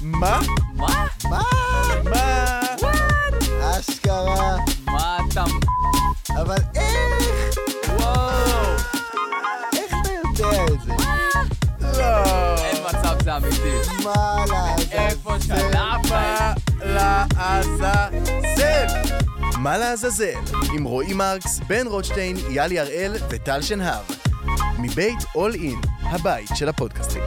מה? מה? מה? מה? אשכרה. מה אתה... אבל איך? וואו! איך אתה יודע את זה? לא. אין מצב, זה אמיתי. מה לעזאזל? איפה שלב? לעזאזל. מה לעזאזל? עם רועי מרקס, בן רוטשטיין, יאלי הראל וטל שנהב. מבית All In, הבית של הפודקאסטים.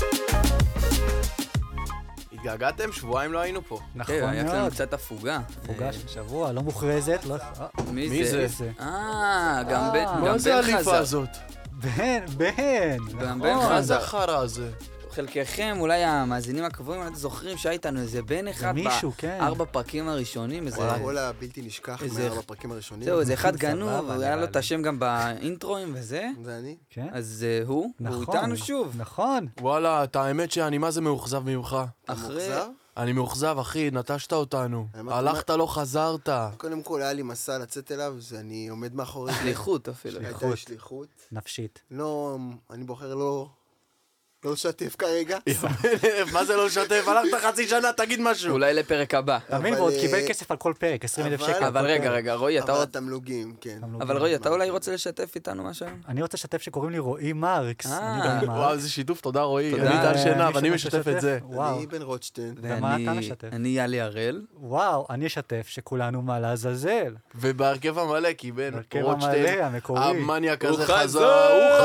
התגעגעתם? שבועיים לא היינו פה. כן, נכון היה לנו מאוד. קצת הפוגה. הפוגה של שבוע, לא מוכרזת, לא... מי זה? זה? גם בן חזר. מה זה הליפה הזאת? בן, גם נכון. בן מה זה חזר. החרא הזה? חלקכם, אולי המאזינים הקבועים, אתם זוכרים שהיה איתנו איזה בן אחד מישהו, כן. בארבע פרקים הראשונים, איזה... וואלה, בלתי נשכח איזה- בפרקים הראשונים. זהו, איזה אחד סבבה, גנוב, היה לו נראה את השם גם באינטרואים וזה, זה אני? כן? אז הוא איתנו שוב. נכון. וואלה, את האמת שאני מה זה מאוכזב ממך. אחרי... מאוכזב? אני מאוכזב, אחי, נטשת אותנו. האמת, הלכת, לא חזרת. קודם כל היה לי מסע לצאת אליו, אני עומד מאחורי זה. שליחות אפילו. הייתה לי שליחות. נפשית. לא, אני בוחר לא לשתף כרגע. מה זה לא לשתף? הלכת חצי שנה, תגיד משהו. אולי לפרק הבא. אתה מבין? אבל, ועוד קיבל כסף על כל פרק, 20,000 אבל- שקל. על אבל כל פרק. רגע, רועי, אתה אבל עוד... התמלוגים, כן. אבל רועי, אתה אולי רוצה לשתף איתנו משהו היום? אני רוצה לשתף שקוראים לי רועי מרקס. אני בן וואו, מרקס. איזה שיתוף, תודה רועי. תודה. אני טל שנהב, מישהו אני רוצה משתף את לשתף? זה. וואו. אני בן רוטשטיין. ומה אתה משתף? אני יאלי הראל. וואו, אני אשתף שכולנו מה לעזאזל. ובהרכב המלא, כי בן בהרכב רוטשטיין, המלא, המקורי. המניאק הזה הוא חזר. הוא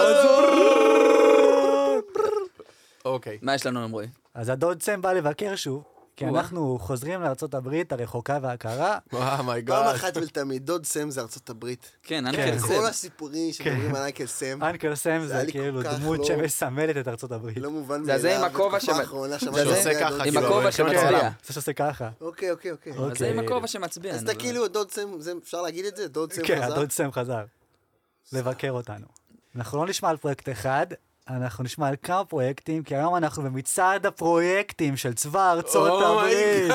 חזר. אוקיי. מה יש לנו עם רועי? אז הדוד סם בא לבקר שוב, כי וואו. אנחנו חוזרים לארצות הברית הרחוקה והקרה. וואו, מי פעם גאד. אחת ולתמיד, דוד סם זה ארצות הברית. כן, כן. אנקל כל סם. הסיפורים שמדברים על אייקל סם, אנקל סם זה זה היה לי כאילו כל כך דמות לא- שמסמלת את ארצות הברית. לא מובן זה הזה עם הכובע בתקופה שמ- האחרונה שמעתי זה שעושה הרבה ככה, דוד עם כאילו, סם. הכובע מלחמת שמצביע. העולם. זה שעושה ככה. אוקיי. אז זה עם הכובע שמצביע. אז נו, אתה כאילו, דוד סם, אפשר להגיד את זה? דוד סם כן, חזר? הדוד סם חזר. לבקר אותנו. אנחנו לא נשמע על פרויקט אחד, אנחנו נשמע על כמה פרויקטים, כי היום אנחנו במצעד הפרויקטים של צבא ארצות Oh my הברית.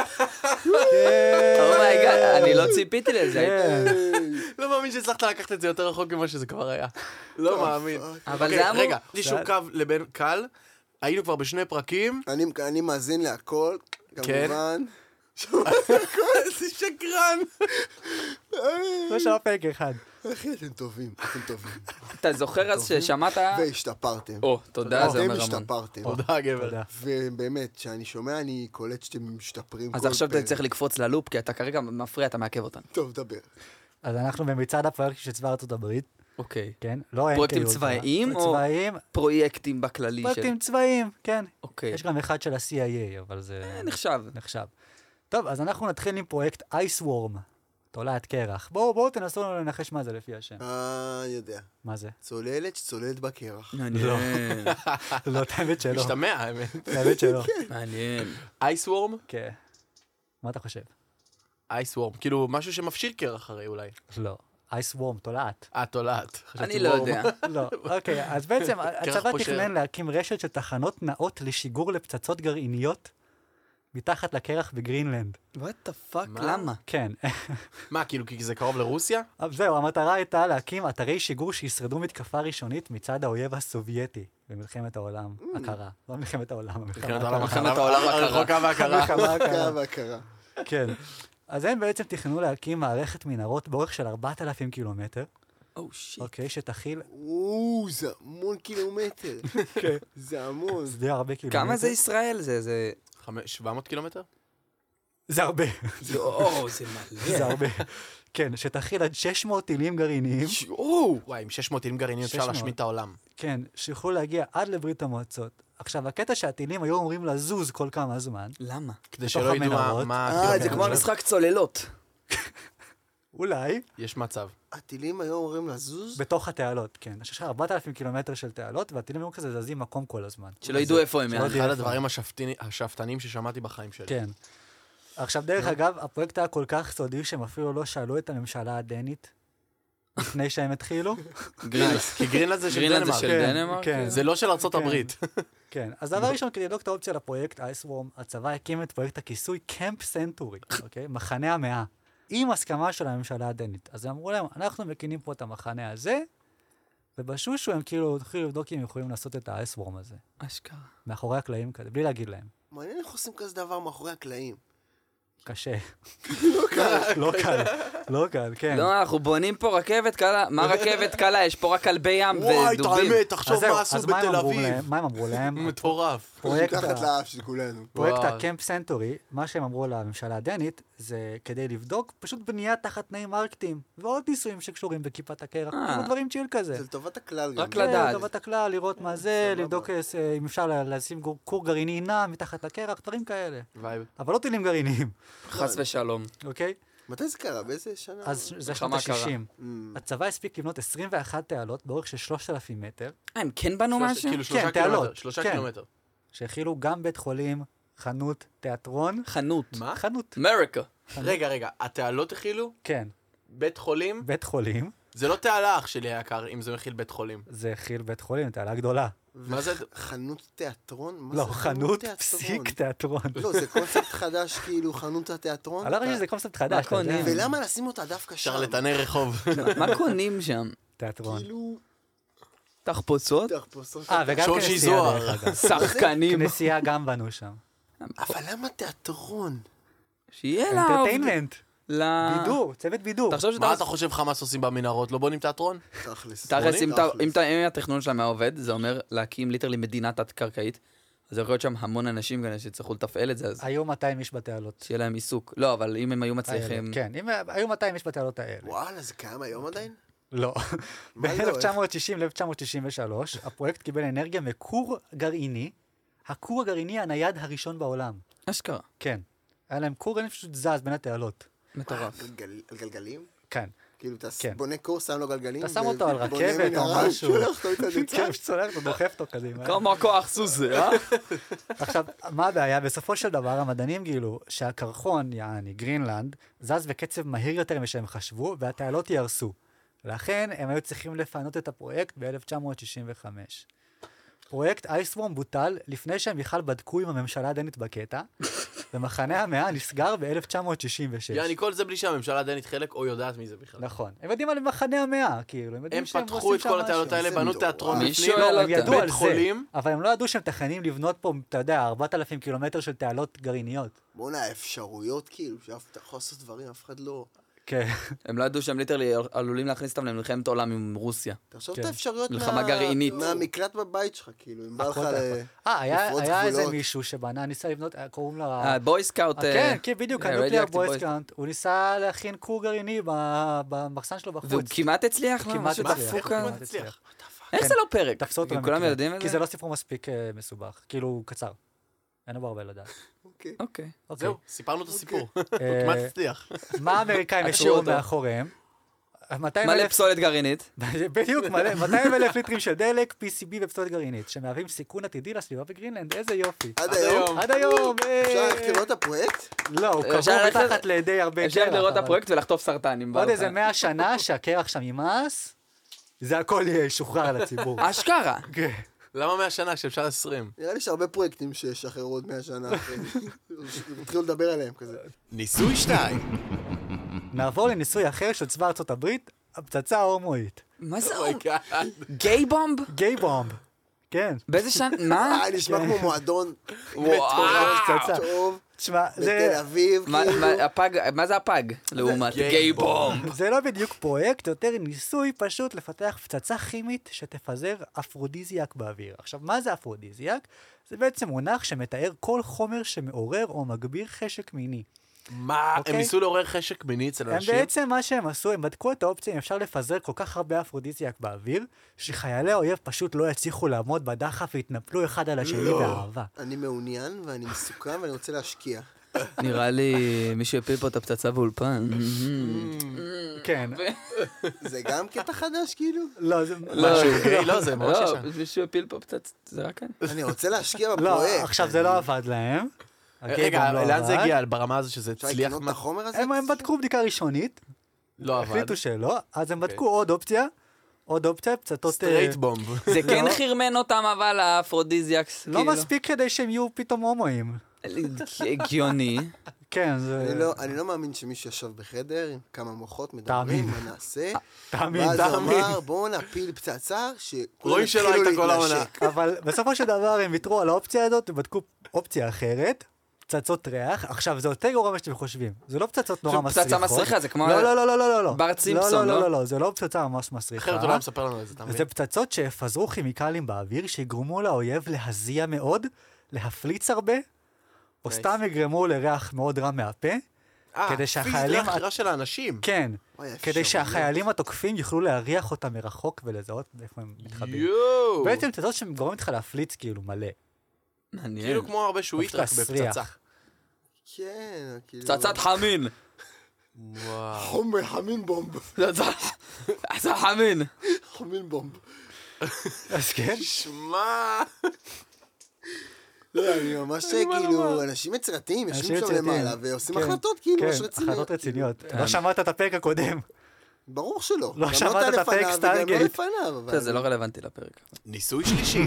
אומייגאד, אני לא ציפיתי לזה. כן. לא מאמין שהצלחת לקחת את זה יותר רחוק ממה שזה כבר היה. לא מאמין. אבל אוקיי, זה אמור... רגע, יש לי קו לבן קל. היינו כבר בשני פרקים. אני מאזין להכל, כן. כמובן. איזה שקרן. לא שווה פרק אחד. אחי, אתם טובים. אתה זוכר אז ששמעת... והשתפרתם. או, תודה, זה אתם אומר המון. השתפרתם. תודה, גבר. תודה. ובאמת, כשאני שומע, אני קולט שאתם משתפרים כל אז עכשיו אתה פרק. צריך לקפוץ ללופ, כי אתה כרגע מפריע, אתה מעכב אותנו. טוב, דבר. אז אנחנו במצעד הפרויקטים של צבא ארצות הברית, אוקיי. כן? לא פרויקטים NK אולטרה. צבאיים או- צבאיים, פרויקטים בכללי של... פרויקטים צבאיים, כן. אוקיי. יש גם אחד של ה-CIA, אבל זה נחשב. נחשב. טוב, אז אנחנו נתחיל עם פרויקט אייסוורם, תולעת קרח. בואו תנסו לנו לנחש מה זה לפי השם. אני יודע. מה זה? צוללת שצוללת בקרח. מעניין. לא, את האמת שלא. משתמע, האמת. את האמת שלא. מעניין. אייסוורם? כן. מה אתה חושב? אייסוורם. כאילו, משהו שמפשיל קרח הרי אולי. לא. אייסוורם, תולעת. תולעת. אני לא יודע. לא. אוקיי, אז בעצם הצבא פושר. תכנן להקים רשת של תחנות נאות לשיגור לפצצות גרעיניות מתחת לקרח בגרינלנד. וואט דה פאק, מה? למה? כן. מה, כאילו, כי זה קרוב לרוסיה? אבל זהו, המטרה הייתה להקים אתרי שיגור שישרדו מתקפה ראשונית מצד האויב הסובייטי במלחמת העולם הקרה. לא מלחמת העולם, המלחמה הקרה. מלחמת העולם הקרה. הרחוקה והקרה. המלחמה הקרה. הכרה והכרה. כן. אז הם בעצם תכננו להקים מערכת מנהרות באורך של 4,000 קילומטר, או שיט. אוקיי, שתכיל, זה המון קילומטר. זה המון. זה די הרבה קילומטר. כמה זה ישראל? זה... 700 קילומטר? זה הרבה, לא, זה מלא. זה הרבה. כן, שתכיל עד 600 טילים גרעיניים, וואי, עם 600 טילים גרעיניים אפשר 600. להשמיד את העולם. כן, שיוכלו להגיע עד לברית המועצות. עכשיו, הקטע שהטילים היו אמורים לזוז כל כמה זמן, למה? כדי בתוך שלא ידעו המנהרות. מה... זה הקילומטר כמו שלו. המשחק צוללות. אולי, יש מצב. הטילים היו אמורים לזוז? בתוך התעלות, כן. יש לך 4,000 קילומטר של תעלות, והטילים היו כזה זזים מקום כל הזמן. שלא ידעו איפה הם. שלא יענו. ידעו. אחד הדברים השאפתנים ששמעתי בחיים שלי. כן. עכשיו, דרך אגב, הפרויקט היה כל כך סודי שהם אפילו לא שאלו את הממשלה הדנית לפני שהם התחילו. גרינלנד. כי גרינלנד זה של גרינלנד זה דנמרק. של כן, דנמרק? כן. זה לא של ארצות כן. הברית. כן, אז דבר ראשון, כדי לבדוק את האופציה לפרויקט אייסוורם, הצבא הקים את פרויקט הכיסוי קמפ סנטורי, אוקיי? מחנה המאה, עם הסכמה של הממשלה הדנית. אז הם אמרו להם, אנחנו מקימים פה את המחנה הזה, ובשושו הם כאילו התחילו לבדוק אם הם יכולים לעשות את האייסוורם הזה. אשכרה. מאחורי הקלעים כזה, בלי להגיד להם. מעניין איך עושים כזה דבר מאחורי הקלעים. קשה. לא קל. לא קל, כן. לא, אנחנו בונים פה רכבת קלה. מה רכבת קלה? יש פה רק כלבי ים וואי, ודובים. האמת, תחשוב מה עשו בתל אביב. מה הם אמרו להם? מטורף. מתחת לאף של כולנו. פרויקט וואו. הקמפ סנטורי, מה שהם אמרו לממשלה הדנית, זה כדי לבדוק פשוט בנייה תחת תנאים ארקטיים, ועוד ניסויים שקשורים בכיפת הקרח, כאילו דברים צ'יל כזה. זה לטובת הכלל גם. רק לדעת. לטובת הכלל, לראות מה זה, לבדוק אם אפשר לשים כור גרעיני נע מתחת לקרח, דברים כאלה. וייב. אבל לא טילים גרעיניים, חס ושלום. אוקיי? מתי זה קרה? באיזה שנה? אז זה שנות מלחמה קרה. ה-60. הצבא הספיק לבנות 21 תעלות באורך של 3,000 מטר, הם כן בנו משהו? כאילו כן, תעלות. 3 כן. קילומטר. שהכילו גם בית חולים, חנות, תיאטרון, חנות. מה? חנות. אמריקה. רגע, התעלות הכילו? כן, בית חולים? בית חולים, זה לא תעלה אח שלי היקר, אם זה מכיל בית חולים. זה הכיל בית חולים, תעלה גדולה. מה זה? חנות תיאטרון? מה לא, זה חנות תיאטרון? פסיק תיאטרון. לא, זה קונספט חדש, כאילו, חנות התיאטרון. אני לא חושב שזה קונספט חדש, אתה יודע. קונים? ולמה לשים אותה דווקא שם? שרלטני רחוב. מה קונים שם? תיאטרון. כאילו... תחפושות? תחפושות. וגם שושי כנסייה זוהר. דרך אגב. שחקנים. כנסייה גם בנו שם. אבל למה תיאטרון? שיהיה לה... אנטרטיינמנט, ל... בידור, צוות בידור. תחשוב שאתה... מה אתה חושב חמאס עושים במנהרות? לא בונים תיאטרון? תכלס. תכלס, אם תכלס. התכנון שלהם היה עובד, זה אומר להקים ליטרלי מדינה תת-קרקעית. אז יכול להיות שם המון אנשים כאלה שצריכו לתפעל את זה, אז היו 200 איש בתעלות. שיהיה להם עיסוק. לא, אבל אם הם היו מצליחים... כן, אם היו 200 איש בתעלות האלה. וואלה, זה קיים היום עדיין? לא. מה לא? ב-1960 ל-1963, הפרויקט קיבל אנרגיה מכור גרעיני, הכור הגרעיני הנייד הראשון בעולם. אשכרה. כן. היה להם כור גרעיני שפשוט זז בין התעלות. מטורף. על גלגלים? כן. כאילו, אתה כן. בונה קורס, שם לו גלגלים? אתה שם אותו על ובונה רכבת או מנהרה, משהו. שולח אותו איתה לצד. כן, שצולח אותו, דוחף אותו קדימה. כמה כוח סוס זה, אה? עכשיו, מה הבעיה? בסופו של דבר, המדענים גילו שהקרחון, יעני גרינלנד, זז בקצב מהיר יותר משהם חשבו, והתעלות יהרסו. לכן, הם היו צריכים לפנות את הפרויקט ב-1965. פרויקט אייסוורם בוטל לפני שהם בכלל בדקו עם הממשלה הדנית בקטע, ומחנה המאה נסגר ב-1966. יעני, כל זה בלי שהממשלה הדנית חלק או יודעת מי זה בכלל. נכון. הם יודעים על מחנה המאה, כאילו. הם יודעים הם שהם פתחו עושים את שם כל התעלות משהו. האלה, זה בנו נורא. תיאטרון מי בפנים, שואל הם ידעו בית על זה, חולים. אבל הם לא ידעו שהם מתכננים לבנות פה, אתה יודע, 4,000 קילומטר של תעלות גרעיניות. בוא'נה, האפשרויות, כאילו, שאתה יכול לעשות דברים, אף אחד לא... כן. הם לא ידעו שהם ליטרלי עלולים להכניס אותם למלחמת העולם עם רוסיה. תחשוב כן. את האפשרויות מלחמה גרעינית. מהמקלט בבית שלך, כאילו, אם בא לך הכל לפרוץ היה איזה גבולות. מישהו שבנה, ניסה לבנות, קוראים לה... בוי סקאוט. כן, כן, בדיוק, הנוקלר Radioactive בוי Boy סקאוט, הוא ניסה להכין כור גרעיני במחסן שלו בחוץ. והוא כמעט הצליח, לא? כמעט משהו הצליח, דפוק. כמעט הצליח. איך כן. זה לא פרק? תפסו אותו כולם במקרה. יודעים את כי זה? זה לא סיפור מספיק מסובך, כאילו הוא קצר. אין לו הרבה לדעת. אוקיי. אוקיי. אוקיי. זהו, סיפרנו את הסיפור. אה, כמעט הצליח. מה האמריקאים עצרו השאירו אותו. מאחוריהם? מלא פסולת גרעינית. בדיוק, 200,000 ליטרים של דלק, PCB ופסולת גרעינית, שמהווים סיכון עתידי לסביבה בגרינלנד, איזה יופי. עד היום. עד היום, אפשר ללכת לראות את הפרויקט? לא, הוא אפשר קבור ללכת- מתחת לידי הרבה אפשר קרח, לראות את אבל הפרויקט ולחטוף סרטן, אם בא עוד לך. איזה 100 שנה שהקרח שם יימאס, זה הכל יהיה ישוחרר לציבור. אשכרה. כן. למה 100 שנה כשאפשר 20? נראה לי שהרבה פרויקטים שישחררו עוד 100 שנה אחרי. התחילו לדבר עליהם כזה. ניסוי 2. נעבור לניסוי אחר של צבא ארצות הברית, הפצצה ההומואית. מה זה? אומייגאד. גיי בומב? גיי בומב. כן. באיזה שנה? מה? נשמע כמו מועדון וואו. פצצה. טוב, תשמע, בתל אביב, כאילו. מה זה הפג? לעומת גיי בומב. זה לא בדיוק פרויקט, יותר ניסוי פשוט לפתח פצצה כימית שתפזר אפרודיזיאק באוויר. עכשיו, מה זה אפרודיזיאק? זה בעצם מונח שמתאר כל חומר שמעורר או מגביר חשק מיני. מה? הם אוקיי. ניסו לעורר חשק מיני אצל הם אנשים? בעצם מה שהם עשו, הם בדקו את האופציה אם אפשר לפזר כל כך הרבה אפרודיזיאק באוויר, שחיילי האויב פשוט לא יצליחו לעמוד בדחף והתנפלו אחד על השני באהבה. אני מעוניין ואני מסוכן ואני רוצה להשקיע. נראה לי מישהו הפיל פה את הפצצה באולפן. כן. זה גם קטע חדש, כאילו? לא, זה... משהו גיי? לא, זה מאוד לא, ישן. מישהו הפיל פה פצצה, זה רק אני. אני רוצה להשקיע לא, בפרויקט. עכשיו זה לא עבד להם. רגע, הגייבום לא לאן זה עבד. הגיע? ברמה הזו שזה אפשר הצליח? לקנות את החומר הזה? הם בדקו בדיקה ראשונית, לא עבד. החליטו שלא, אז הם בדקו עוד אופציה, פצצות... סטרייט בומב. זה כן חרמן אותם אבל האפרודיזיאקס. לא מספיק כדי שהם יהיו פתאום הומואים. הגיוני. כן, זה... אני לא מאמין שמישהו ישב בחדר עם כמה מוחות מדברים, מה נעשה. תאמין. ואז הוא אמר, בואו נפיל פצצה, רואים שלא הייתה כל העונה. אבל בסופו של דבר הם ויתרו על האופציה הזאת, ובדקו אופציה אחרת, פצצות ריח. עכשיו, זה יותר גרוע מה שאתם חושבים. זה לא פצצות נורא מסריחות. פצצה מסריחה, זה כמו... לא. בארט סימפסון, לא? לא, זה לא פצצה ממש מסריחה. אחרת הוא לא מספר לנו איזה, אתה מבין? זה פצצות שיפזרו כימיקלים באוויר, שיגרמו לאויב להזיע מאוד, להפליץ הרבה, או סתם יגרמו לריח מאוד רע מהפה, כדי שהחיילים... פיז ריח של האנשים. כן, כדי שהחיילים התוקפים יוכלו להריח אותם מרחוק ולזהות איפה הם מתחבאים. בעצם פצצות שגורמים אותך להפליץ כאילו מלא. מעניין. כאילו כמו הרבה שועית רק בפצצה. כן, כאילו... פצצת חמין. וואו. חומר, חמין בומב. פצצת חמין. חמין בומב. אז כן. שמע. לא, אני ממש כאילו, אנשים יצירתיים, יושבים שם למעלה, ועושים החלטות כאילו ממש רציניות. כן, החלטות רציניות. לא שמעת את הפרק הקודם. ברור שלא. לא שמעת את הפרק סטארגייט. זה לא רלוונטי לפרק. ניסוי שלישי.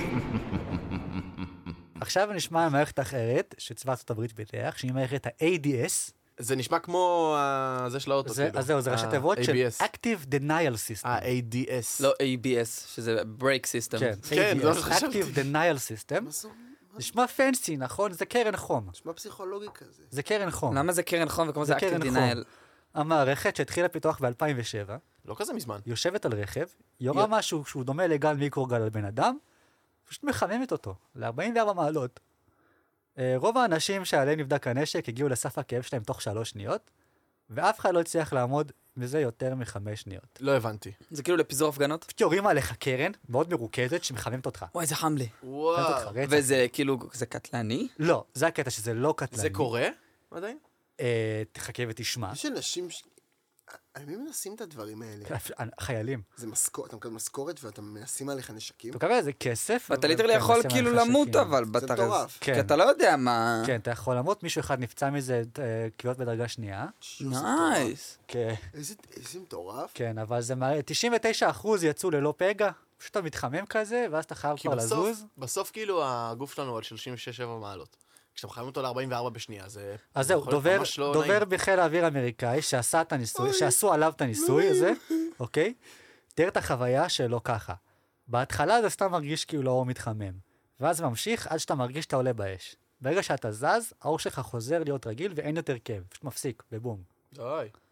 עכשיו נשמע מערכת אחרת, שצבא ארצות הברית פיתח, שהיא מערכת ה-ADS. זה נשמע כמו זה של האוטו, כאילו. אז זהו, זה ראשי תיבות של ABS. Active Denial System. ADS. לא ABS, שזה Brake System. כן, זה מה ADS, שחשבתי. Active Denial System. נשמע פנסי, נכון? זה קרן חום. נשמע פסיכולוגי כזה. זה קרן חום. למה זה קרן חום וכמו זה Active Denial? המערכת שהתחילה פיתוח ב-2007, לא כזה מזמן. יושבת על רכב, יורה משהו שהוא דומה לגל מיקרוגל על בן אדם, פשוט מחממת אותו, ל-44 מעלות. רוב האנשים שעליהם נבדק הנשק הגיעו לסף הכאב שלהם תוך 3 שניות, ואף אחד לא הצליח לעמוד בזה יותר מ5 שניות. לא הבנתי. זה כאילו לפיזור הפגנות? פשוט יורים עליך קרן מאוד מרוכזת שמחממת אותך. וואי, זה חם לי. וואו. וזה כאילו, זה קטלני? לא, זה הקטע שזה לא קטלני. זה קורה? עדיין? תחכה ותשמע. יש אנשים על מי מנסים את הדברים האלה? חיילים. זה משכורת, אתה מקבל משכורת ואתה מנסים עליך נשקים? אתה מקבל איזה כסף. ואתה ליטרלי יכול כאילו למות אבל זה בתרז. מטורף. כי אתה לא יודע מה... כן, אתה יכול למות, מישהו אחד נפצע מזה כוויות בדרגה שנייה. נייס. כן. איזה מטורף. כן, אבל זה מראה, 99% יצאו ללא פגע, פשוט אתה מתחמם כזה, ואז אתה חייב כי כבר לזוז. בסוף כאילו הגוף שלנו על 36-7 מעלות. כשאתה מחמם אותו ל-44 בשנייה, זה... אז זהו, דובר בחיל האוויר האמריקאי שעשה את הניסוי, שעשו עליו את הניסוי הזה, אוקיי? תאר את החוויה שלו ככה. בהתחלה זה סתם מרגיש כאילו האור מתחמם, ואז זה ממשיך עד שאתה מרגיש שאתה עולה באש. ברגע שאתה זז, האור שלך חוזר להיות רגיל ואין יותר כאב, פשוט מפסיק, בבום. די.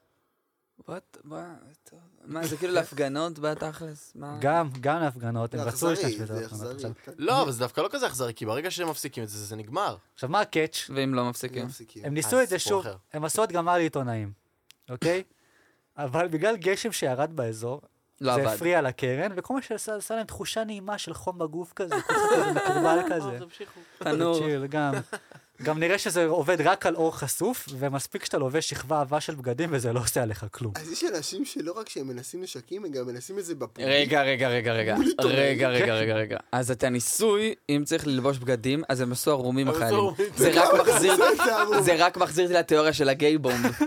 מה, זה כאילו להפגנות בתכלס? גם להפגנות, הם זה רצו אכזרי, להשתמש זה בהפגנות. אכזרי. לא, אבל זה דווקא לא כזה אכזרי, כי ברגע שהם מפסיקים את זה, זה נגמר. עכשיו, מה הקאץ'? ואם לא מפסיקים? הם ניסו את זה סיפור שוב, אחר. הם עשו הדגמה לעיתונאים, אוקיי? אבל בגלל גשם שירד באזור, לא זה עבד. הפריע לקרן, וכל מה שעשה להם תחושה נעימה של חום בגוף כזה, כזה מקורבל כזה. תנור. צ'יל, גם נראה שזה עובד רק על אור חשוף, ומספיק שאתה לובש שכבה עבה של בגדים, וזה לא עושה עליך כלום. אז יש אנשים שלא רק שהם מנסים נשקים, הם גם מנסים את זה בפומבי. רגע. אז את הניסוי, אם צריך ללבוש בגדים, אז הם עשו ערומים החיילים. זה רק מחזיר אותי לתיאוריה של הגיי בומב.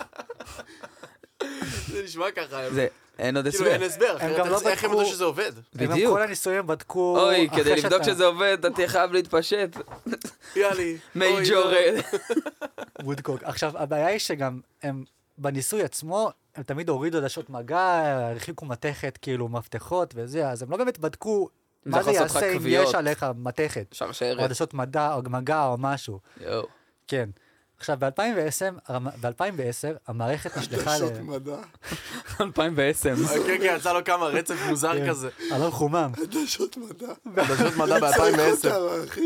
זה נשמע ככה. אין עוד כאילו אין הסבר. הסבר, הם גם לא אחרת איך הם בדקו- ידעו שזה עובד? בדיוק. כל הניסויים בדקו... אוי, אחרי כדי לבדוק שאתה- שזה עובד, אתה תהיה חייב להתפשט. יאללה. מייג'ור. וודקוק. עכשיו, הבעיה היא שגם הם, בניסוי עצמו, הם תמיד הורידו עדשות מגע, הרחיקו מתכת, כאילו, מפתחות וזה, אז הם לא באמת בדקו מה יכול זה לעשות לך יעשה אם כוויות. יש עליך מתכת, או שרשרת. עדשות מגע או משהו. יואו. כן. עכשיו, ב-2010 המערכת נשלחה דשות מדע. 2010. כן, יצא לו כמה רצף מוזר כזה. אלון חומם. דשות מדע. דשות מדע ב-2010. אחי.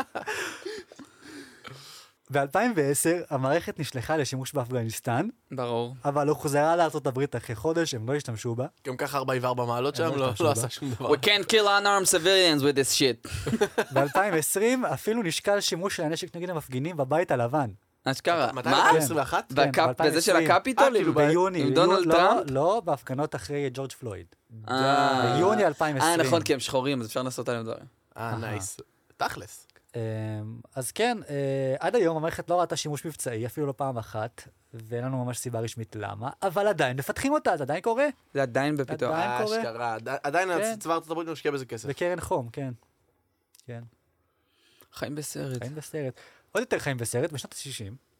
ב-2010 המערכת נשלחה לשימוש באפגניסטן, ברור. אבל הוחזרה לארצות הברית אחרי חודש, הם לא השתמשו בה. גם ככה 44 מעלות שם, לא לא השתמשו עשה בה. שום דבר. We can't kill unarmed civilians with this shit. ב-2020 אפילו נשקל שימוש של הנשק נגד המפגינים בבית הלבן. אשכרה. מתי? מה? 2021? כן, בזה של ב-2020. הקפיטול? כאילו ביוני. עם דונלד לא, טראמפ? לא, בהפגנות אחרי ג'ורג' פלויד. אה. ביוני 2020. נכון, כי הם שחורים, אז אפשר לעשות עליהם דברים. נייס. תכלס. אז כן, עד היום המערכת לא ראתה שימוש מבצעי, אפילו לא פעם אחת, ואין לנו ממש סיבה רשמית למה, אבל עדיין מפתחים אותה, זה עדיין קורה. זה עדיין בפיתוח. עדיין קורה. אשכרה. עדיין כן. צבא ארצות הברית משקיע בזה כסף. בקרן חום, כן. כן, חיים בסרט. חיים בסרט. עוד יותר חיים בסרט, בשנות ה-60,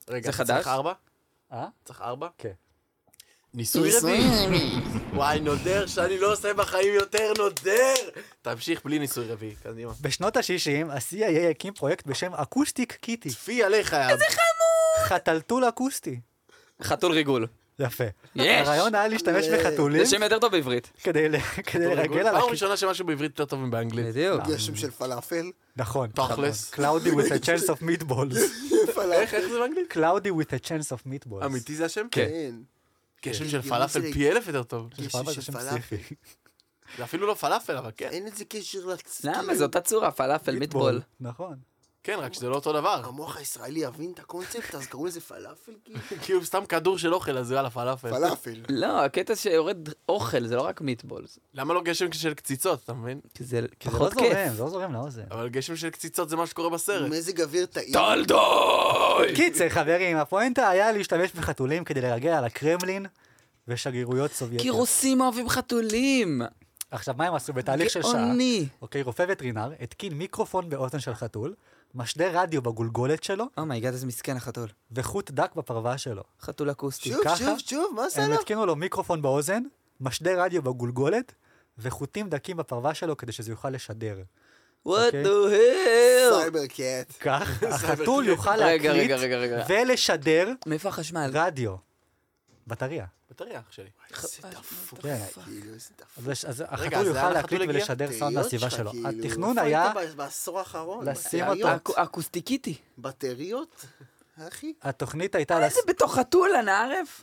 רגע, זה חדש? צריך 4? אה? צריך 4? כן. ניסוי רביעי. וואי, נודר שאני לא עושה בחיים יותר, נודר! תמשיך בלי ניסוי רביעי, קדימה. בשנות ה-60, ה-CIA הקים פרויקט בשם אקוסטיק קיטי. צפי עליך, איזה חתלתול אקוסטי. חתול ריגול. יפה. יש! הרעיון היה להשתמש בחתולים זה שם יותר טוב בעברית. כדי לרגל על פעם ראשונה שמשהו בעברית יותר טוב מבאנגלית. בדיוק. גשם של פלאפל. נכון. תכלס. Cloudy with a chance of meatballs. איך זה באנגלית? Cloudy with a chance of meatballs. אמיתי זה השם? כן. גשם של פלאפל פי 1000 יותר טוב. גשם זה של שם פלאפל. פסיכי. זה אפילו לא פלאפל, אבל כן. אין איזה קשר למה? זו אותה צורה, פלאפל, מיטבול. נכון. כן, רק שזה לא אותו דבר. המוח הישראלי יבין את הקונספט, אז קראו לזה פלאפל כאילו? כאילו סתם כדור של אוכל, אז יאללה, פלאפל. פלאפל. לא, הקטע שיורד אוכל, זה לא רק מיטבול. למה לא גשם של קציצות, אתה מבין? כי זה כי זה פחות לא כיף. זורם, זה לא זורם לאוזן. אבל גשם של קציצות זה מה שקורה בסרט. מזג אוויר טעים. טלדוי! קיצר, חברים, הפואנטה היה להשתמש בחתולים כדי לרגל על הקרמלין ושגרירויות כי סובייטיות. רוסים אוהבים חתולים. עכשיו, מה הם עשו? בתהליך של שעה, גאוני. אוקיי, רופא וטרינר התקין מיקרופון באוזן של חתול, משדר רדיו בגולגולת שלו, אומייגאד, איזה מסכן החתול. וחוט דק בפרווה שלו. חתול אקוסטי. שוב, ככה? שוב, מה עשה הם לו? התקינו לו מיקרופון באוזן, משדר רדיו בגולגולת, וחוטים דקים בפרווה שלו כדי שזה יוכל לשדר. What אוקיי. the hell? סייבר קאט. כך, החתול יוכל רגע, להקליט רגע. ולשדר מאיפה החשמל? רדיו. בטריה. בטריה, אח שלי. איזה דפוק. כן. כאילו, איזה דפוק. אז רגע, החתול אז יוכל לאן להקליט החתול הגיע? ולשדר סאונד טעיות מהסביבה שלך, שלו. כאילו. התכנון איפה היה היית בעשור האחרון? לשים בטריות? אותו. אקוסטיקי. בטריות? אחי? התוכנית הייתה איזה בתוך חתול, אנא ערף?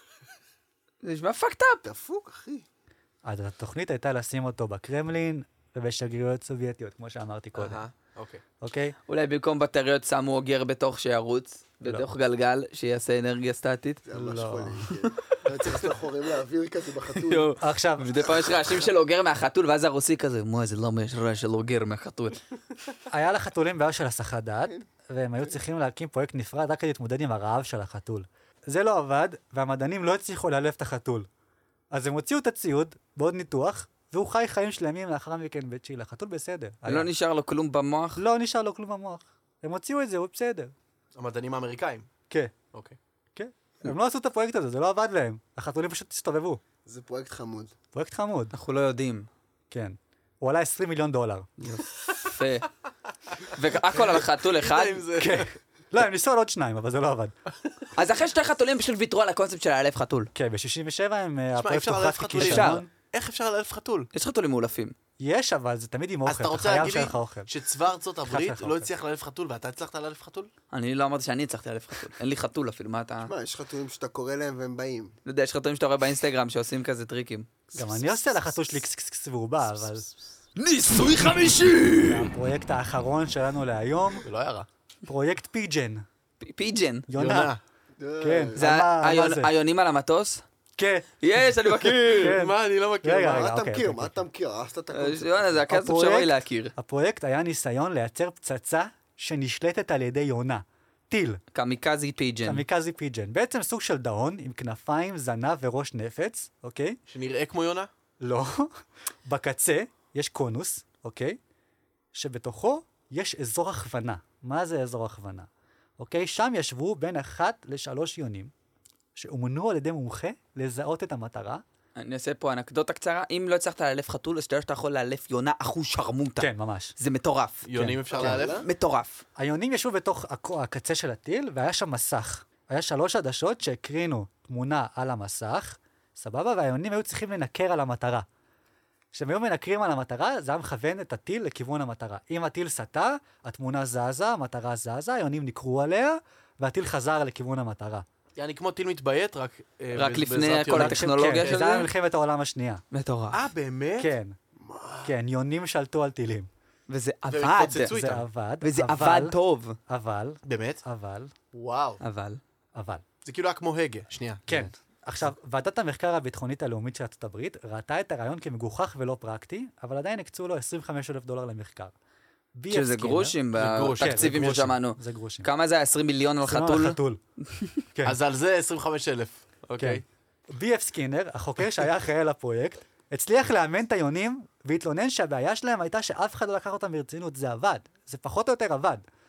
זה נשמע fucked up. דפוק, אחי. אז התוכנית הייתה לשים אותו בקרמלין ובשגרירויות סובייטיות, כמו שאמרתי קודם. אוקיי. אוקיי? אולי במקום בטריות שמו אוגר בתוך שירוץ, בתוך גלגל, שיעשה אנרגיה סטטית. זה ממש לא. חולה, כן. אני צריך לעשות חורים לאוויר כזה בחתול. יואו. עכשיו, מדי פעם יש רעשים של אוגר מהחתול, ואז הרוסי כזה, מה זה למה יש רעש של אוגר מהחתול? היה לחתולים בעיה של הסחת דעת, והם היו צריכים להקים פרויקט נפרד רק כדי להתמודד עם הרעב של החתול. זה לא עבד, והמדענים לא הצליחו לאלף את החתול. אז הם הוציאו את הציוד בעוד ניתוח, והוא חי חיים שלמים לאחר מכן בצ'ילה. החתול בסדר. לא נשאר לו כלום במוח? לא נשאר לו כלום במוח. הם הוציאו את זה, הוא בסדר. המדענים האמריקאים. כן, אוקיי. כן. הם לא עשו את הפרויקט הזה, זה לא עבד להם. החתולים פשוט הסתובבו. זה פרויקט חמוד. פרויקט חמוד. אנחנו לא יודעים. כן. הוא עלה $20 מיליון. יפה. והכל על חתול אחד? כן. לא, הם ניסו על עוד 2, אבל זה לא עבד. אז אחרי 2 חתולים פשוט ויתרו על הקונספט של האלף חתול. כן, ב-67 הם... הפרויקט אפשר הוכרז לאלף חתולים. ככישלון. איך אפשר לאלף חתול? יש חתולים מאולפים. יש, אבל זה תמיד עם אז אוכל. אתה רוצה חייב להגיד לי שיהיה לך אוכל. שצבא ארצות הברית לך לא אוכל. הצליח לאלף חתול ואתה הצלחת לאלף חתול? אני לא אמרתי שאני הצלחתי לאלף חתול. אין לי חתול אפילו, מה אתה... מה, יש חתולים שאתה קורא להם והם באים. לא יודע, יש חתולים שאתה רואה באינסטגרם שעושים כזה טריקים. גם אני עושה לחתול שלי קס והוא בא, אבל... ניסוי 50! הפרויקט האחרון שלנו להיום, זה לא היה רע. פרויקט פיג'ן. פיג'ן. יונה. כן. זה על מה זה? היונים על המטוס? כן. יש, אני מכיר! כן. מה, אני לא מכיר. רגע, מה? מה אתה אוקיי, מכיר? אוקיי, מה אתה מכיר? הרסת את הקונספט. יונה, זה הקונספט שראוי להכיר. הפרויקט היה ניסיון לייצר פצצה שנשלטת על ידי יונה. טיל. קמיקזי פיג'ן. קמיקזי פיג'ן. בעצם סוג של דאון עם כנפיים, זנב וראש נפץ, אוקיי? שנראה כמו יונה? לא. בקצה יש קונוס, אוקיי? שבתוכו יש אזור הכוונה. מה זה אזור הכוונה? אוקיי? שם ישבו בין 1 ל3 יונים, שאומנו על ידי מומחה לזהות את המטרה. אני אעשה פה אנקדוטה קצרה. אם לא הצלחת לאלף חתול, אז שאתה יכול לאלף יונה אחוז שרמוטה. כן, ממש. זה מטורף. יונים אפשר לאלף? מטורף. היונים ישבו בתוך הקצה של הטיל, והיה שם מסך. היה 3 עדשות שהקרינו תמונה על המסך, סבבה, והיונים היו צריכים לנקר על המטרה. כשהם היו מנקרים על המטרה, זה היה מכוון את הטיל לכיוון המטרה. אם הטיל סטה, התמונה זזה, המטרה זזה, היונים נקרו עליה, והטיל חזר לכיוון המטרה. יעני כמו טיל מתביית, רק... רק לפני בעזרת כל יונה. הטכנולוגיה כן, של זה היה זה? מלחמת העולם השנייה. מטורף. באמת? כן. כן, יונים שלטו על טילים. וזה עבד. והתפוצצו זה איתם. עבד, וזה אבל- עבד טוב. אבל, באמת? וואו. אבל. זה כאילו היה כמו הגה. שנייה. כן. עכשיו, ועדת המחקר הביטחונית הלאומית של ארצות הברית ראתה את הרעיון כמגוחך ולא פרקטי, אבל עדיין הקצו לו $25,000 למחקר. שזה גרושים גרושים, בתקציבים כן, זה ששמענו. זה גרושים. כמה זה? 20 מיליון על חתול? חתול? חתול. כן. אז על זה 25,000. אוקיי. B.F. סקינר, החוקר שהיה אחראי על הפרויקט, הצליח לאמן את היונים והתלונן שהבעיה שלהם הייתה שאף אחד לא לקח אותם ברצינות. זה עבד. זה פחות או יותר עבד.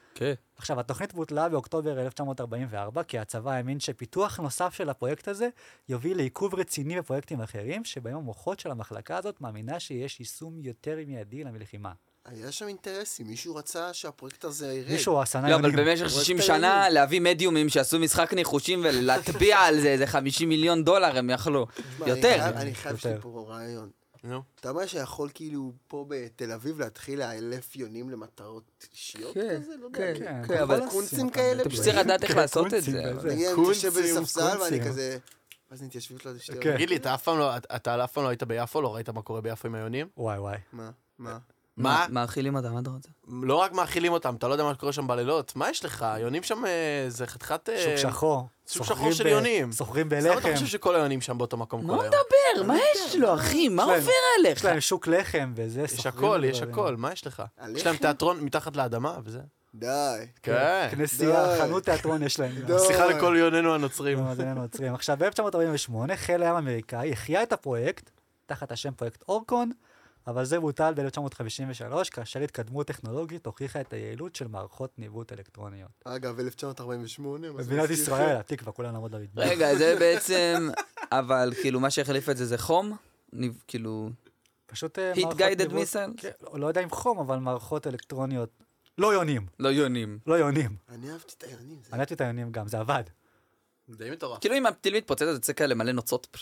כן. עכשיו, התוכנית בוטלה באוקטובר 1944, כי הצבא האמין שפיתוח נוסף של הפרויקט הזה יוביל לעיכוב רציני בפרויקטים אחרים, שבהם המוחות של המחלקה הזאת מאמינה שיש יישום יותר מיידי למלחימה. היה שם אינטרסים, מישהו רצה שהפרויקט הזה ירד. מישהו עשה לא, אבל במשך 60 שנה להביא מדיומים שעשו משחק ניחושים ולהטביע על זה איזה $50 מיליון הם יכלו. יותר. אני חייב שלי פה רעיון. אתה אומר שיכול כאילו פה בתל אביב להתחיל 1,000 יונים למטרות אישיות כזה? לא יודע. כן, אבל קונצים כאלה. אתה פשוט צריך לדעת איך לעשות את זה. אני מתיישב בספסל ואני כזה... אז נתיישבות לו שתי... תגיד לי, אתה אף פעם לא היית ביפו? לא ראית מה קורה ביפו עם היונים? וואי. מה? מאכילים אותם, מה אתה רוצה? לא רק מאכילים אותם, אתה לא יודע מה קורה שם בלילות. מה יש לך? היונים שם זה חתיכת... שוק שחור. שוק שחור של יונים. סוחרים למה בלחם. אתה חושב שכל היונים שם באותו מקום כל מה היום? מדבר? מה יש לו, אחי? מה עובר עליך? יש להם שוק לחם וזה, יש הכל, יש הכל. מה יש לך? יש להם תיאטרון מתחת לאדמה וזה. די. כן. כנסייה, חנות תיאטרון יש להם. סליחה לכל יוננו הנוצרים. עכשיו, ב-1948 חיל הים האמריקאי החיה את הפרויקט, תחת השם פרויקט אורקון, אבל זה בוטל ב-1953, כאשר התקדמות טכנולוגית הוכיחה את היעילות של מערכות ניווט אלקטרוניות. אגב, 1948... במדינת ישראל, התקווה, כולם נעמוד למדבר. רגע, זה בעצם... אבל כאילו, מה שהחליף את זה חום? כאילו... פשוט Heat guided missile? לא יודע אם חום, אבל מערכות אלקטרוניות. לא יונים. לא יונים. לא יונים. אני אהבתי את היונים. אני אהבתי את היונים גם, זה עבד. די מטורף. כאילו אם הטיל מתפוצץ, זה יוצא כאלה מלא נוצות.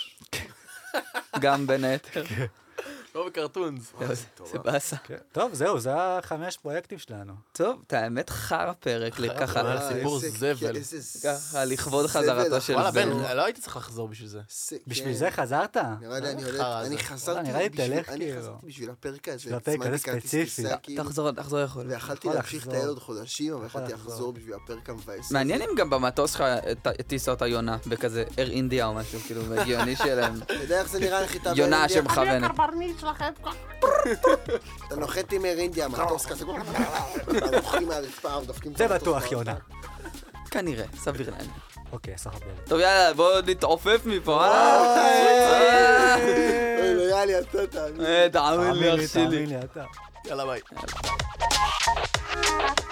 גם בין היתר. לא בקרטונס. זה באסה. טוב, זהו, זה 5 פרויקטים שלנו. טוב, את האמת חרא פרק, ככה, סיפור זבל. ככה, לכבוד חזרתו של וואלה, בן, זה. לא הייתי צריך לחזור בשביל זה. בשביל זה חזרת? נראה לי, אני חזרתי נראה לי תלך אני כאילו. חזרתי בשביל הפרק הזה. בשביל הפרק הזה ספציפי. תחזור יכול. ויכלתי להמשיך לטייל עוד חודשים, אבל יכלתי לחזור בשביל הפרק המבאס. מעניין אם גם במטוס שלך הטיסה אותה יונה, בכזה אר אינדיה או משהו, כאילו, הגיוני שלהם. אתה יודע איך זה נראה נחיתה יונה שמכוונת. אתה נוחת עם אר אינדיה, מטוס כזה, נוחים מהרצפה, דופקים את זה בטוח יונה. כנראה, סביר להניח. אוקיי, סך הכל. טוב, יאללה, בואו נתעופף מפה, אוי, לא יאללה, אתה תאמין. תאמין לי, אח שלי. תאמין לי, אתה. יאללה ביי.